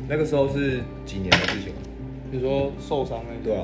那个时候是几年的事情？ 你说受伤那个？ 对啊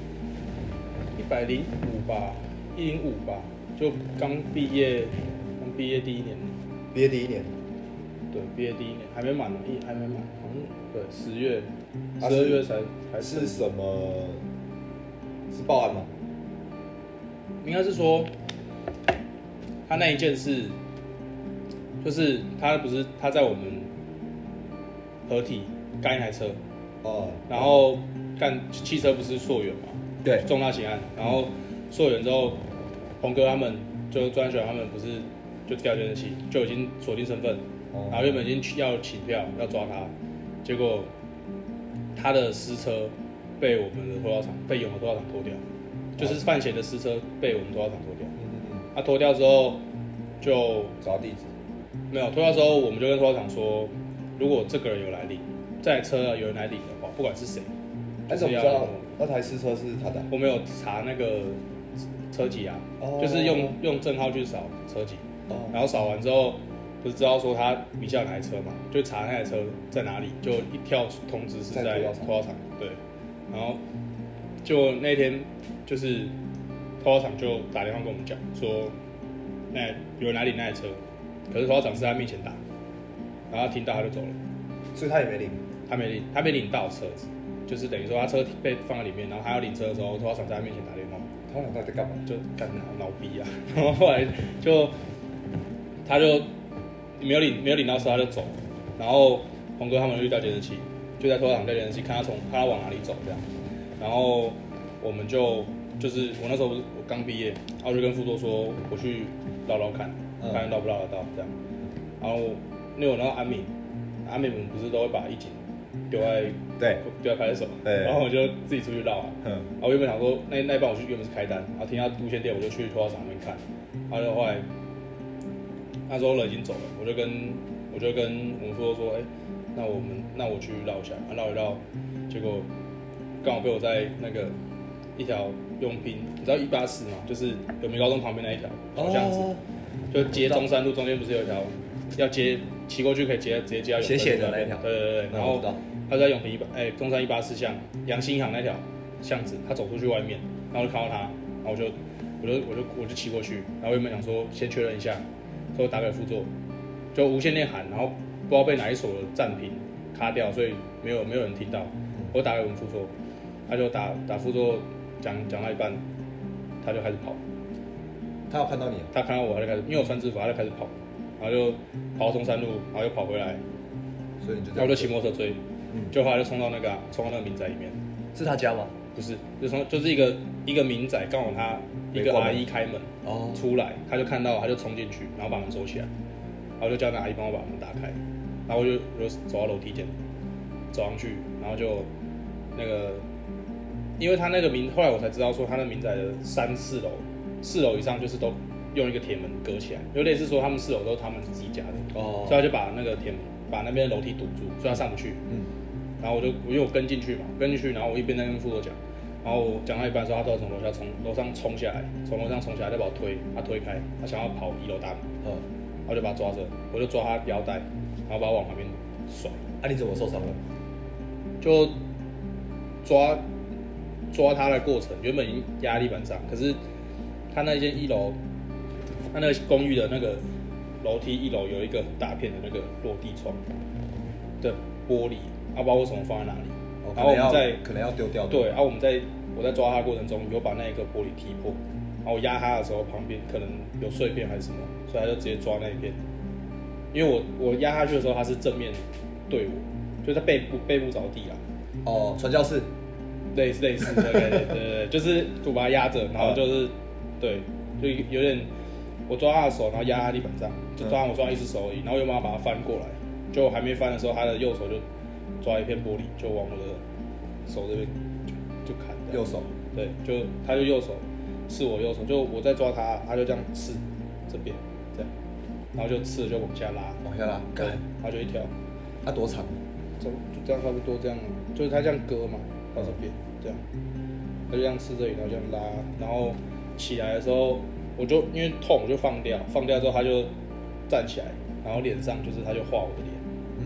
，105吧，105吧，就刚毕业第一年。 毕业第一年。 对，毕业第一年还没满呢，还没满，好像对10月、12月才是什么？是报案吗？ 应该是说，他那一件事，就是他在我们合体干一台车，然后干汽车不是溯源嘛， 对， 重大刑案，然后溯源之后，鹏哥他们就专案学长他们不是就调监视器，就已经锁定身份，然后原本已经要请票要抓他，结果他的私车被我们的拖吊厂被永和拖吊厂拖掉。就是范闲的私车被我们拖吊厂拖掉，拖掉之后就找地址， 没有拖掉之后，我们就跟拖吊厂说，如果这个人有来领，这台车有人来领的话，不管是谁， 你怎么知道那台私车是他的？ 我们有查那个车籍啊，就是用正号去扫车籍，然后扫完之后，不是知道说他名下有台车嘛，就查那台车在哪里，就一跳通知是在拖吊厂，对，然后就那天。就是拖吊厂就打电话跟我们讲说，有人来领那台车，可是拖吊厂是在他面前打，然后他听到他就走了， 所以他也没领， 他没领到车子，就是等于说他车被放在里面，然后他要领车的时候，拖吊厂在他面前打电话， 拖吊厂到底在干嘛？ 就干脑逼啊，然后后来他就没有领到车他就走，然后鹏哥他们就调监视器，就在拖吊厂调监视器，看他往哪里走这样，然后我们就是我那时候我刚毕业，然后我就跟副座说我去捞看，看捞不捞得到这样。然后因为我那个安敏我们不是都会把一警丢在派出所，然后我就自己出去捞啊。然后我原本想说那一班我去原本是开单，然后听到路线店我就去拖吊厂那边看，然后后来那时候人已经走了，我就跟我们副座说，那我去捞一下，捞一捞，结果刚好被我在那个。一条用拼，你知道184吗？就是有美高中旁边那一条小巷子，就接中山路中间不是有一条要接骑过去可以直接接到永和斜的那一条， 对，然后他在永平中山184巷阳新行那条巷子，他走出去外面，然后就看到他，然后我就骑过去，然后原本想说先确认一下，所以我打给副座，就无线电喊，然后不知道被哪一所的暂停卡掉，所以没有人听到，我打给我们副座，他就打副座。讲到一半，他就开始跑。 他有看到你？ 他看到我，他就开始，因为我穿制服，他就开始跑，然后就跑到中山路，然后又跑回来。 所以你就， 然后我就骑摩托车追，就后来就冲到那个民宅里面。 是他家吗？ 不是，就是一个民宅，刚好他一个阿姨开门出来，他就看到，他就冲进去，然后把门锁起来，然后就叫那阿姨帮我把门打开，然后我就走到楼梯间，走上去，然后就那个。因为他那个后来我才知道说他那民宅的3、4楼，4楼以上就是都用一个铁门隔起来，就类似说他们4楼都是他们自己家的，所以他就把那个铁门把那边的楼梯堵住，所以他上不去。然后因为我跟进去嘛，然后我一边在跟副座讲，然后我讲到一半的时候，他突然从楼上冲下来，再把我他推开，他想要跑1楼大门，然后就把他抓着，我就抓他腰带，然后把他往旁边甩。 你怎么受伤了？ 就抓他的过程，原本已经压地板上，可是他那间1楼，他那个公寓的那个楼梯1楼有一个很大片的那个落地窗的玻璃，不知道为什么放在哪里，然后我们可能要丢掉。 对，然后我在抓他的过程中有把那个玻璃踢破，然后我压他的时候旁边可能有碎片还是什么，所以他就直接抓那一片，因为我压下去的时候他是正面对我，就在背部着地啦。 传教士。 类似，对，就是我把他压着，然后就是对，就有点我抓他的手，然后压他地板上，就我抓一只手而已，然后又把他翻过来，就还没翻的时候，他的右手就抓一片玻璃，就往我的手这边就砍掉。 右手。 对，他就右手刺我右手，就我在抓他，他就这样刺这边这样，然后就刺了就往下拉，对，然后就一条。 多长？ 就这样差不多这样，就是他这样割嘛。到这边这样，他就这样吃这里，然后这样拉，然后起来的时候，我就因为痛，我就放掉之后他就站起来，然后脸上就是他就画我的脸，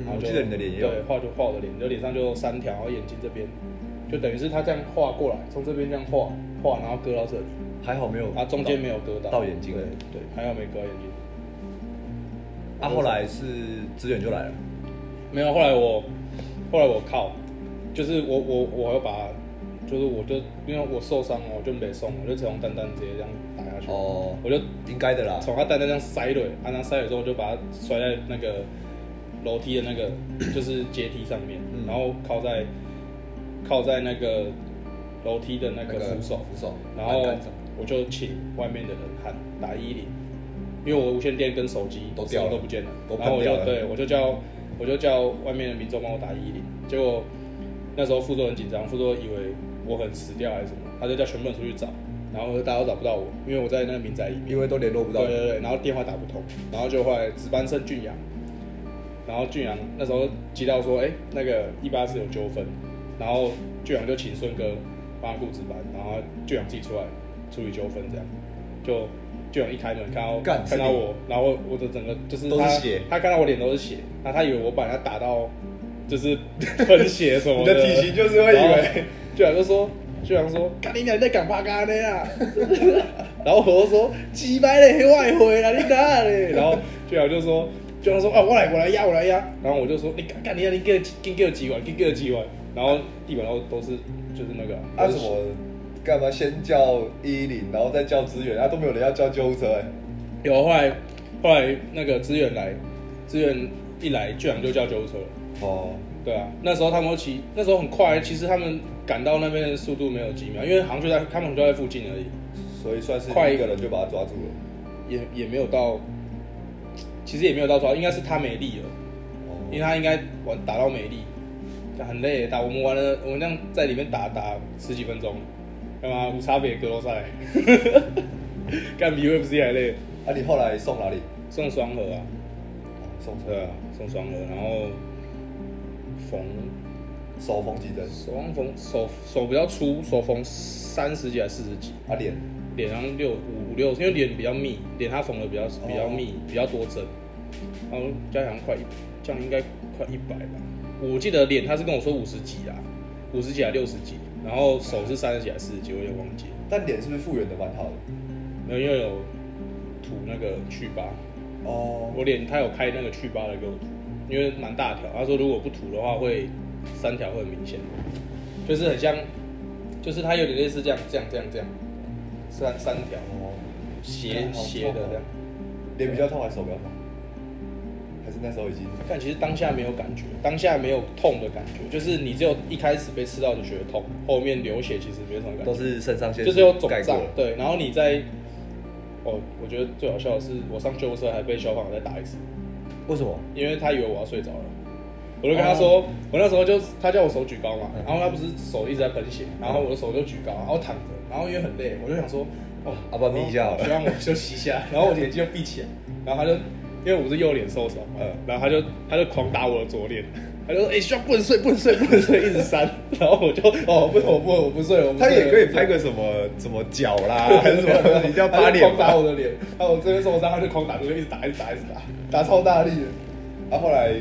然后就我记得你的脸也有， 对，画我的脸，就脸上就3条，然后眼睛这边就等于是他这样画过来，从这边这样画，然后割到这里， 还好没有， 中间没有割到眼睛， 对，还好没割到眼睛。 后来是资源就来了， 没有，后来我靠，就是我要把，就是我就因为我受伤了，我就没送，我就从蛋蛋直接这样打下去，我就应该的啦， 从他蛋蛋这样塞了，然后塞了之后我就把它摔在那个楼梯的那个就是阶梯上面，然后靠在那个楼梯的那个扶手，然后我就请外面的人喊打110，因为我无线电跟手机都掉了， 都不见了，然后我就叫外面的民众帮我打110，结果那时候副座很紧张，副座以为我很死掉还是什么，他就叫全部人出去找，然后大家都找不到我，因为我在那个民宅里面， 因为都联络不到， 对，然后电话打不通，然后就后来值班生俊阳，然后俊阳那时候接到说，那个184有纠纷，然后俊阳就请顺哥帮他顾值班，然后俊阳自己出来处理纠纷，这样就俊阳一开门看到我，然后我的整个就是都是血， 他看到我脸都是血，那他以为我把他打到就是喷血什么的， 你的体型就是会以为， 俊阳说，干你娘在干趴干的啊！然后我就说，鸡掰嘞，外回啦，你哪嘞？然后俊阳说，我来压。然后我就说，你干你给我几碗，然后地板都是就是那个。 什么？干嘛先叫110，然后再叫支援，都没有人要叫救护车有，后来那个支援一来，俊阳就叫救护车了。对啊，那时候他们那时候很快，其实他们赶到那边的速度没有几秒，因为好像他们就在附近而已， 所以算是快一个人就把他抓住了， 也没有到，其实也没有到抓，应该是他没力了，因为他应该打到没力，很累，我们这样在里面打10几分钟，干嘛无差别格斗赛，干比 UFC 还累。 你后来送哪里？ 送双核啊， 对啊，送双核，然后手缝几针？ 手比较粗，手缝30几还是40几？脸上5、6，因为脸比较密，脸它缝的比较密，比较多针，然后加起来这样应该快100吧。我记得脸他是跟我说50几啊，50几还60几，然后手是30几还是40几，我有点忘记。 但脸是不是复原的蛮好的？ 没有，因为有涂那个去疤。我脸他有开那个去疤的给我涂，因为蛮大条，他说如果不涂的话会3条会很明显，就是很像，就是它有点类似这样，3条斜的这样。 脸比较痛还是手比较痛？还是那时候已经？ 但其实当下没有感觉，当下没有痛的感觉，就是你只有一开始被刺到就觉得痛，后面流血其实没什么感觉， 都是肾上腺素， 就是有肿胀。对，然后你在我觉得最好笑的是，我上救护车还被消防员再打一次。 为什么？ 因为他以为我要睡着了，我就跟他说，我那时候他叫我手举高嘛，然后他不是手一直在喷血，然后我的手就举高，然后躺着，然后因为很累，我就想说， 不然眯一下好了， 就让我休息一下，然后我眼睛就闭起来，然后他就因为我是右脸受伤，然后他就狂打我的左脸。他就说：“需要不能睡，一直扇。”然后我就我不睡。 他也可以拍个什么脚啦，还是什么，一定要把脸狂打我的脸。然后我这边受伤，他就狂打，就一直打超大力的。 后来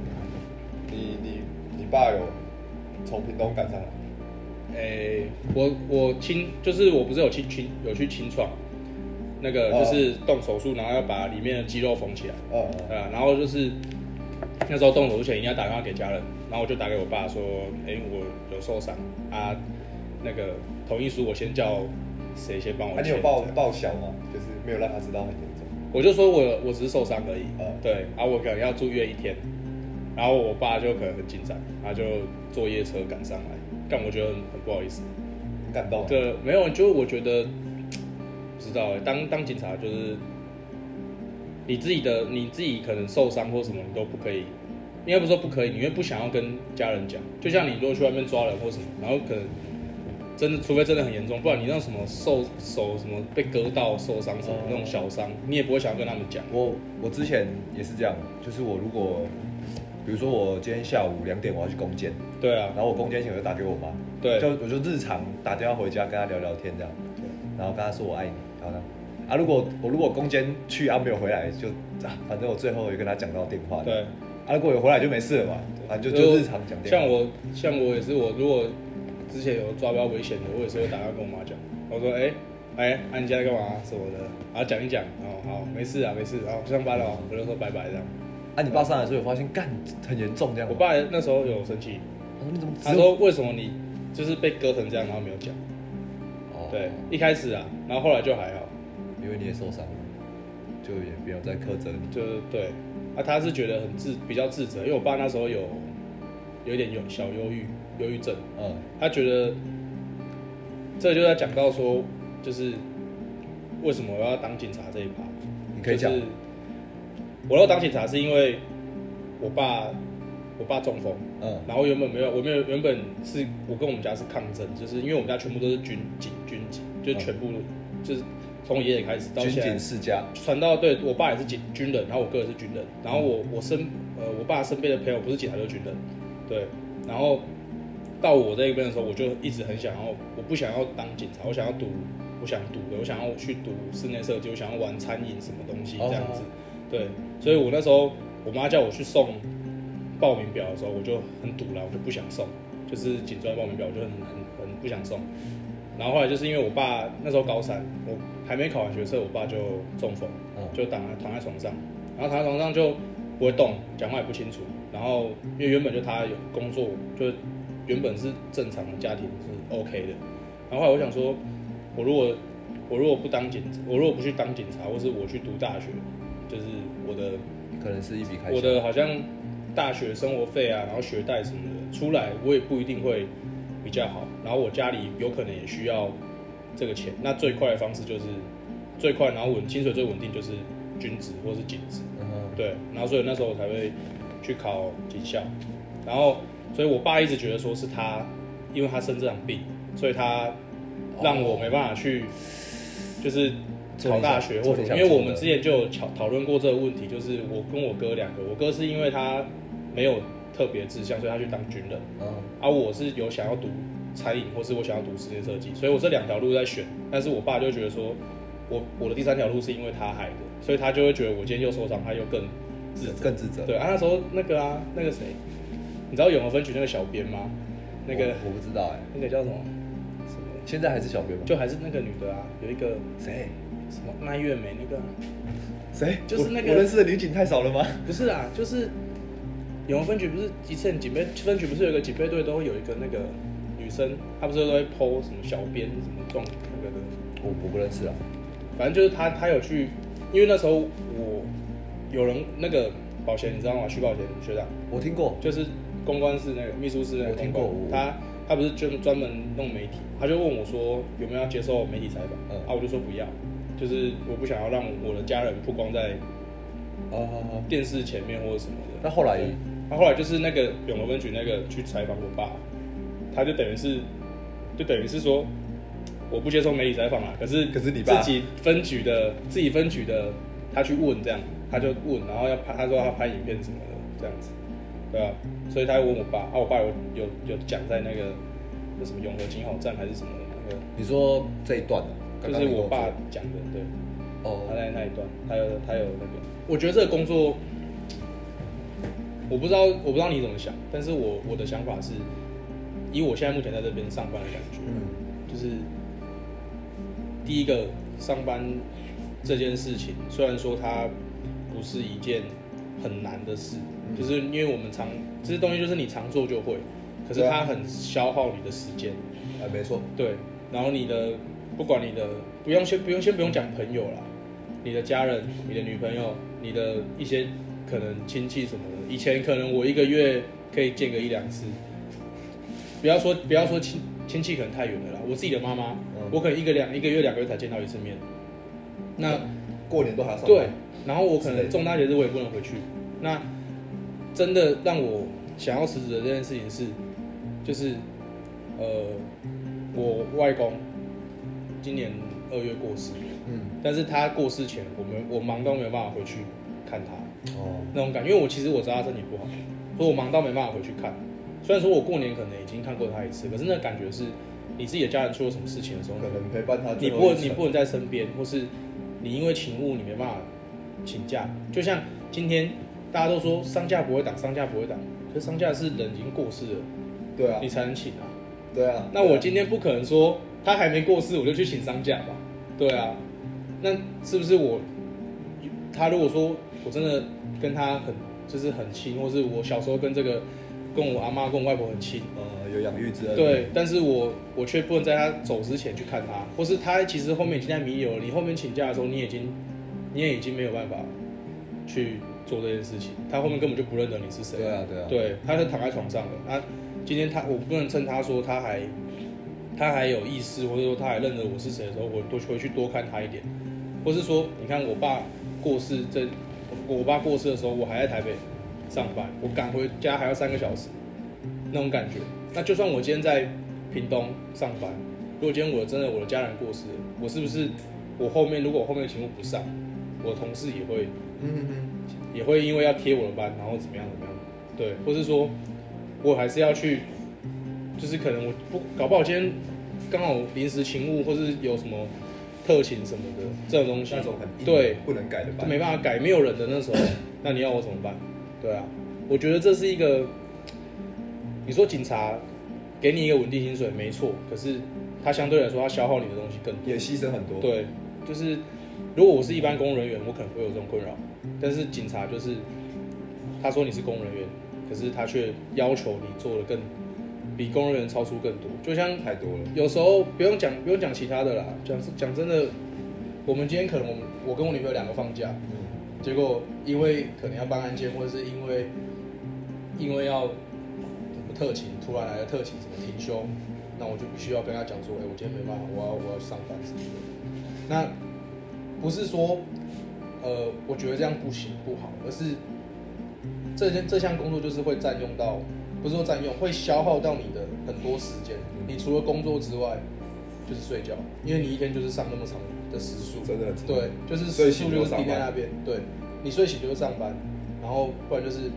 你爸有从屏东赶上来？ 就是我不是有去清创，那个就是动手术，然后要把里面的肌肉缝起来。然后就是。那时候动手术前一定要打电话给家人，然后我就打给我爸说，我有受伤啊，那个同意书我先叫谁先帮我签。 你有报销吗？就是没有让他知道很严重。 我就说我只是受伤而已，对，我可能要住院1天，然后我爸就可能很紧张，他就坐夜车赶上来，但我觉得很不好意思， 很感动。 对，没有，就我觉得不知道当警察就是。你自己可能受伤或什么，你都不可以，应该不是说不可以，你会不想要跟家人讲。就像你如果去外面抓人或什么，然后可能真的，除非真的很严重，不然你那种什么手什么被割到受伤什么那种小伤，你也不会想要跟他们讲。 我之前也是这样，就是我如果比如说我今天下午2点我要去攻坚， 对啊， 然后我攻坚前我就打给我妈， 对， 我就日常打电话回家跟她聊聊天这样，然后跟她说我爱你，然后呢。如果攻坚去没有回来，就反正我最后也跟他讲到电话， 对， 如果有回来就没事了嘛，反正就日常讲电话。 像我也是，我如果之前有抓标危险的，我也是会打电话跟我妈讲，我说你现在干嘛什么的，然后讲一讲，好，没事，上班了，我就说拜拜这样。 你爸上来的时候有发现干很严重这样？ 我爸那时候有生气， 你怎么？ 他说为什么你就是被割成这样，然后没有讲？对，一开始啊，然后后来就还好， 因为你也受伤了，就也没有再苛责你。 就是对，他是觉得比较自责，因为我爸那时候有一点小忧郁症，他觉得这就在讲到说，就是为什么我要当警察这一趴。 你可以讲。就是我要当警察是因为我爸中风，然后原本是我跟我们家是抗争，就是因为我们家全部都是军警，就全部就是从我爷爷开始到现在军警世家， 传到对我爸也是军人，然后我哥也是军人，然后我爸身边的朋友不是警察就是军人，对，然后到我这一边的时候，我就一直很想要，我不想要当警察，我想要读我想读的，我想要去读室内设计，我想要玩餐饮什么东西这样子，对，所以我那时候我妈叫我去送报名表的时候，我就很堵了，我就不想送，就是警专报名表，我就很不想送。然后后来就是因为我爸那时候高3，我还没考完学测，我爸就中风，就躺在床上，然后躺在床上就不会动，讲话也不清楚。然后因为原本就他有工作，就原本是正常的家庭是 OK 的。然后后来我想说，我如果不当警察，我如果不去当警察，或是我去读大学，就是我的可能是一笔开销， 我的好像大学生活费啊，然后学贷什么的出来，我也不一定会比较好。然后我家里有可能也需要这个钱，那最快的方式就是最快，然后薪水最稳定就是军职或是警职，对。然后所以那时候我才会去考警校，然后所以我爸一直觉得说是他，因为他生这场病，所以他让我没办法去，就是考大学或者，因为我们之前就有讨论过这个问题，就是我跟我哥2个，我哥是因为他没有特别志向，所以他去当军人，我是有想要读餐饮，或是我想要读室内设计，所以我这2条路在选，但是我爸就觉得说，我的第3条路是因为他害的，所以他就会觉得我今天又受伤，他又更自责。对那时候那个谁，你知道永和分局那个小编吗？那个我不知道那个叫什么？ 现在还是小编吗？ 就还是那个女的啊，有一个谁？ 什么麦月美那个？ 谁？ 就是那个我认识的女警太少了吗？ 不是啊，就是永和分局不是一次警备分局不是有一个警备队都会有一个那个女生，她不是都会 po 什么小编什么状那个的？我不认识啊。 反正就是她有去，因为那时候我有人那个保贤你知道吗？徐保贤学长， 我听过， 就是公关室那个秘书室那个， 我听过。 他不是专门弄媒体，他就问我说有没有要接受媒体采访，我就说不要，就是我不想要让我的家人曝光在电视前面或者什么的。 那后来就是那个永和分局那个去采访我爸，他就等于是说我不接受媒体采访啦，可是你爸自己分局的他去问这样，他就问，然后他说他拍影片什么的这样子。对啊，所以他问我爸，我爸有讲在那个什么永和警好站还是什么的那个。 你说这一段就是我爸讲的，对。他在那一段，他有那个。我觉得这个工作，我不知道你怎么想，但是我的想法是，以我现在目前在这边上班的感觉，就是第一个上班这件事情，虽然说它不是一件很难的事。就是因为我们这些东西就是你常做就会，可是它很消耗你的时间， 没错， 对。然后不管你的不用讲朋友啦，你的家人、你的女朋友、你的一些可能亲戚什么的，以前可能我1个月可以见个1-2次，不要说亲戚可能太远了啦，我自己的妈妈，我可能一个月2个月才见到1次面，那过年都还要上班， 对，然后我可能重大节日我也不能回去，那。真的让我想要辞职的这件事情是，就是我外公今年2月过世，但是他过世前，我忙到没有办法回去看他，那种感觉，因为其实我知道他身体不好，所以我忙到没办法回去看。虽然说我过年可能已经看过他1次，可是那个感觉是，你自己的家人出了什么事情的时候， 可能陪伴他， 你不能在身边，或是你因为勤务你没办法请假，就像今天。 大家都说丧假不会挡，丧假不会挡，可是丧假是人已经过世了， 对啊你，才能请啊。 对啊。 那我今天不可能说他还没过世我就去请丧假吧？对啊，那是不是他如果说我真的跟他很亲，或是我小时候跟我阿妈跟我外婆很亲， 有养育之恩。 对，但是我却不能在他走之前去看他，或是他其实后面已经在弥留了，你后面请假的时候你也已经没有办法去做这件事情，他后面根本就不认得你是谁。 对啊，对啊。 对，他是躺在床上的。今天我不能趁他说他还有意识，或者说他还认得我是谁的时候，我多回去多看他一点，或是说，你看我爸过世的时候，我还在台北上班，我赶回家还要3个小时，那种感觉。那就算我今天在屏东上班，如果今天我的家人过世了，我是不是如果我后面的勤务不上，我的同事也会因为要贴我的班，然后怎么样，对，或是说我还是要去，就是可能搞不好今天刚好临时勤务，或是有什么特勤什么的这种东西， 那种很硬对不能改的班， 没办法改，没有人的那时候，那你要我怎么办？对啊，我觉得这是一个，你说警察给你一个稳定薪水没错，可是他相对来说他消耗你的东西更多， 也牺牲很多。 对，就是如果我是一般公务人员，我可能不会有这种困扰，但是警察就是他说你是公务人员，可是他却要求你做的比公务人员超出更多，就像太多了。 有时候不用讲其他的啦，讲真的，我们今天可能我跟我女朋友2个放假，结果因为可能要办案件，或者是因为要什么特勤突然来的特勤什么停休，那我就必须要跟他讲说，我今天没办法，我要上班什么的。那不是说我觉得这样不行不好，而是这项工作就是会占用到，不是说占用，会消耗到你的很多时间。你除了工作之外，就是睡觉，因为你一天就是上那么长的时数， 真的对，就是时数就是定在那边。对，你睡醒就是上班，然后不然就是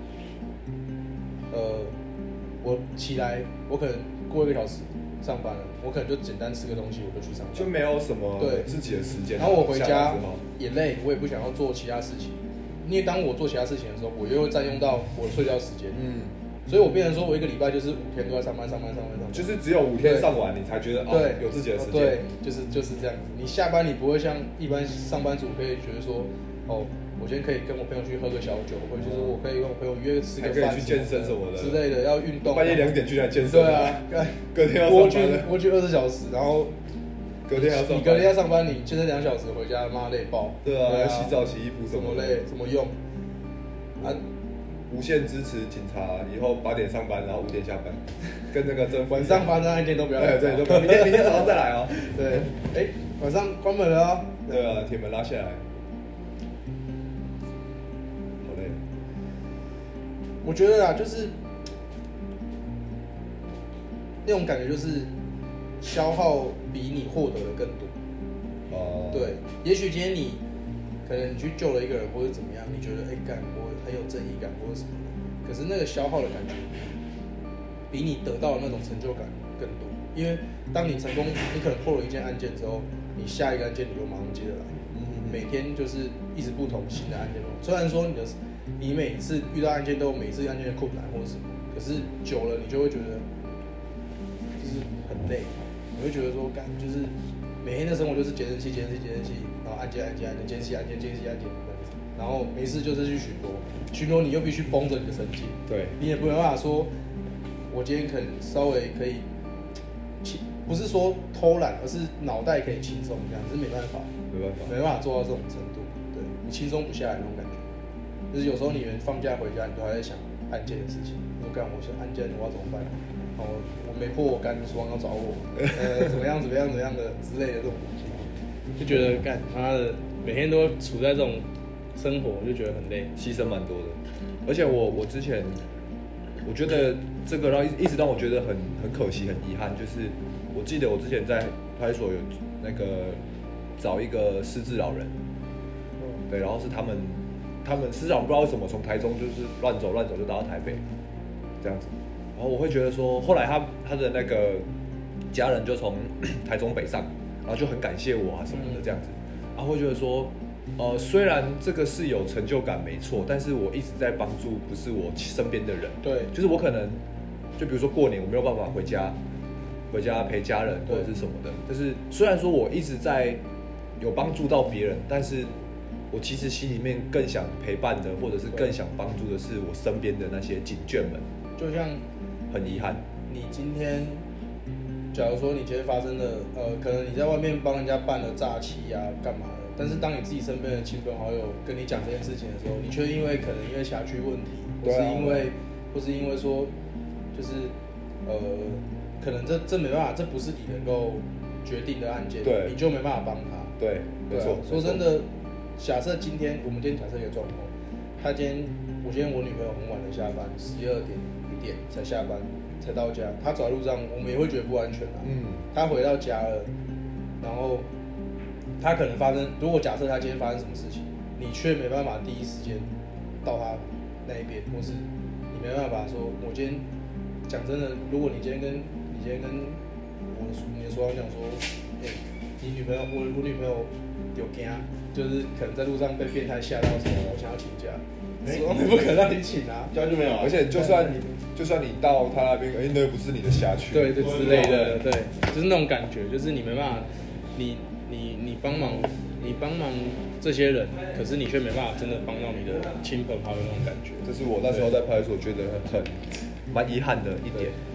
我起来，我可能过1个小时上班了，我可能就简单吃个东西，我就去上班， 就没有什么对自己的时间。 然后我回家也累，我也不想要做其他事情，因为当我做其他事情的时候，我又会占用到我的睡觉时间。所以我变成说我1个礼拜就是5天都在上班， 就是只有5天上完，你才觉得有自己的时间。 对，就是这样子。你下班你不会像一般上班族可以觉得说，我今天可以跟我朋友去喝个小酒，或者就是我可以跟我朋友约吃个饭， 可以去健身什么的之类的，要运动。 半夜2点去来健身。 对啊， 隔天要上班了。 我去20小时，然后隔天要上班。 你隔天要上班，你健身2小时回家，妈累爆。 对啊，洗澡洗衣服什么累，怎么用？ 无限支持警察以后8点上班，然后5点下班，跟那个政府晚上发生案件都不要来， 对，明天早上再来哦。 对，晚上关门了哦。 对啊，铁门拉下来，好累。 我觉得啊，就是那种感觉，就是消耗比你获得的更多。对，也许今天你可能你去救了一个人，或者怎么样，你觉得我很有正义感或者什么的，可是那个消耗的感觉比你得到的那种成就感更多。因为当你成功，你可能破了一件案件之后，你下一个案件你就马上接着来，每天就是一直不同新的案件。虽然说你每次遇到案件都有每次案件的困难或者什么，可是久了你就会觉得就是很累，你会觉得说就是每天的生活就是监视器，然后案件，监视案件，然后没事就是去巡逻你又必须绷着你的神经， 对， 你也不能办法说，我今天可能稍微可以，不是说偷懒，而是脑袋可以轻松这样，只是没办法做到这种程度，对你轻松不下来那种感觉，就是有时候你们放假回家，你都还在想案件的事情，我想案件我要怎么办？我没破我干说要找我，怎么样的之类的这种东西，就觉得妈的每天都处在这种生活，就觉得很累， 牺牲蛮多的。而且我之前，我觉得这个一直让我觉得很可惜、很遗憾，就是我记得我之前在派出所有那个找一个失智老人，对，然后是他们失智老人不知道为什么从台中就是乱走就到台北这样子。然后我会觉得说，后来他的那个家人就从台中北上，然后就很感谢我啊什么的这样子，然后会觉得说， 虽然这个是有成就感没错，但是我一直在帮助不是我身边的人， 对， 就是我可能就比如说过年我没有办法回家陪家人或者是什么的，就是虽然说我一直在有帮助到别人，但是我其实心里面更想陪伴的，或者是更想帮助的是我身边的那些警眷们。 就像很遗憾， 你今天，假如说你今天发生了，可能你在外面帮人家办了诈欺啊，干嘛的？但是当你自己身边的亲朋好友跟你讲这件事情的时候，你却可能因为辖区问题，或是因为说，就是可能这没办法，这不是你能够决定的案件， 对， 你就没办法帮他。 对，没错。 说真的，假设我们今天假设一个状况，我今天我女朋友很晚的下班，12点1点才下班才到家，她走在路上，我们也会觉得不安全啊。她回到家了，然后她可能如果假设她今天发生什么事情，你却没办法第一时间到她那一边，或是你没办法说，我今天讲真的，如果你今天跟你的所长讲说，你女朋友我女朋友有惊，就是可能在路上被变态吓到什么，我想要请假。不可能让你请啊，这样就没有啊。 而且就算你到他那边，那又不是你的辖区， 对之类的，对，就是那种感觉，就是你没办法，你帮忙这些人，可是你却没办法真的帮到你的亲朋好友那种感觉。 这是我那时候在派出所觉得蛮遗憾的一点。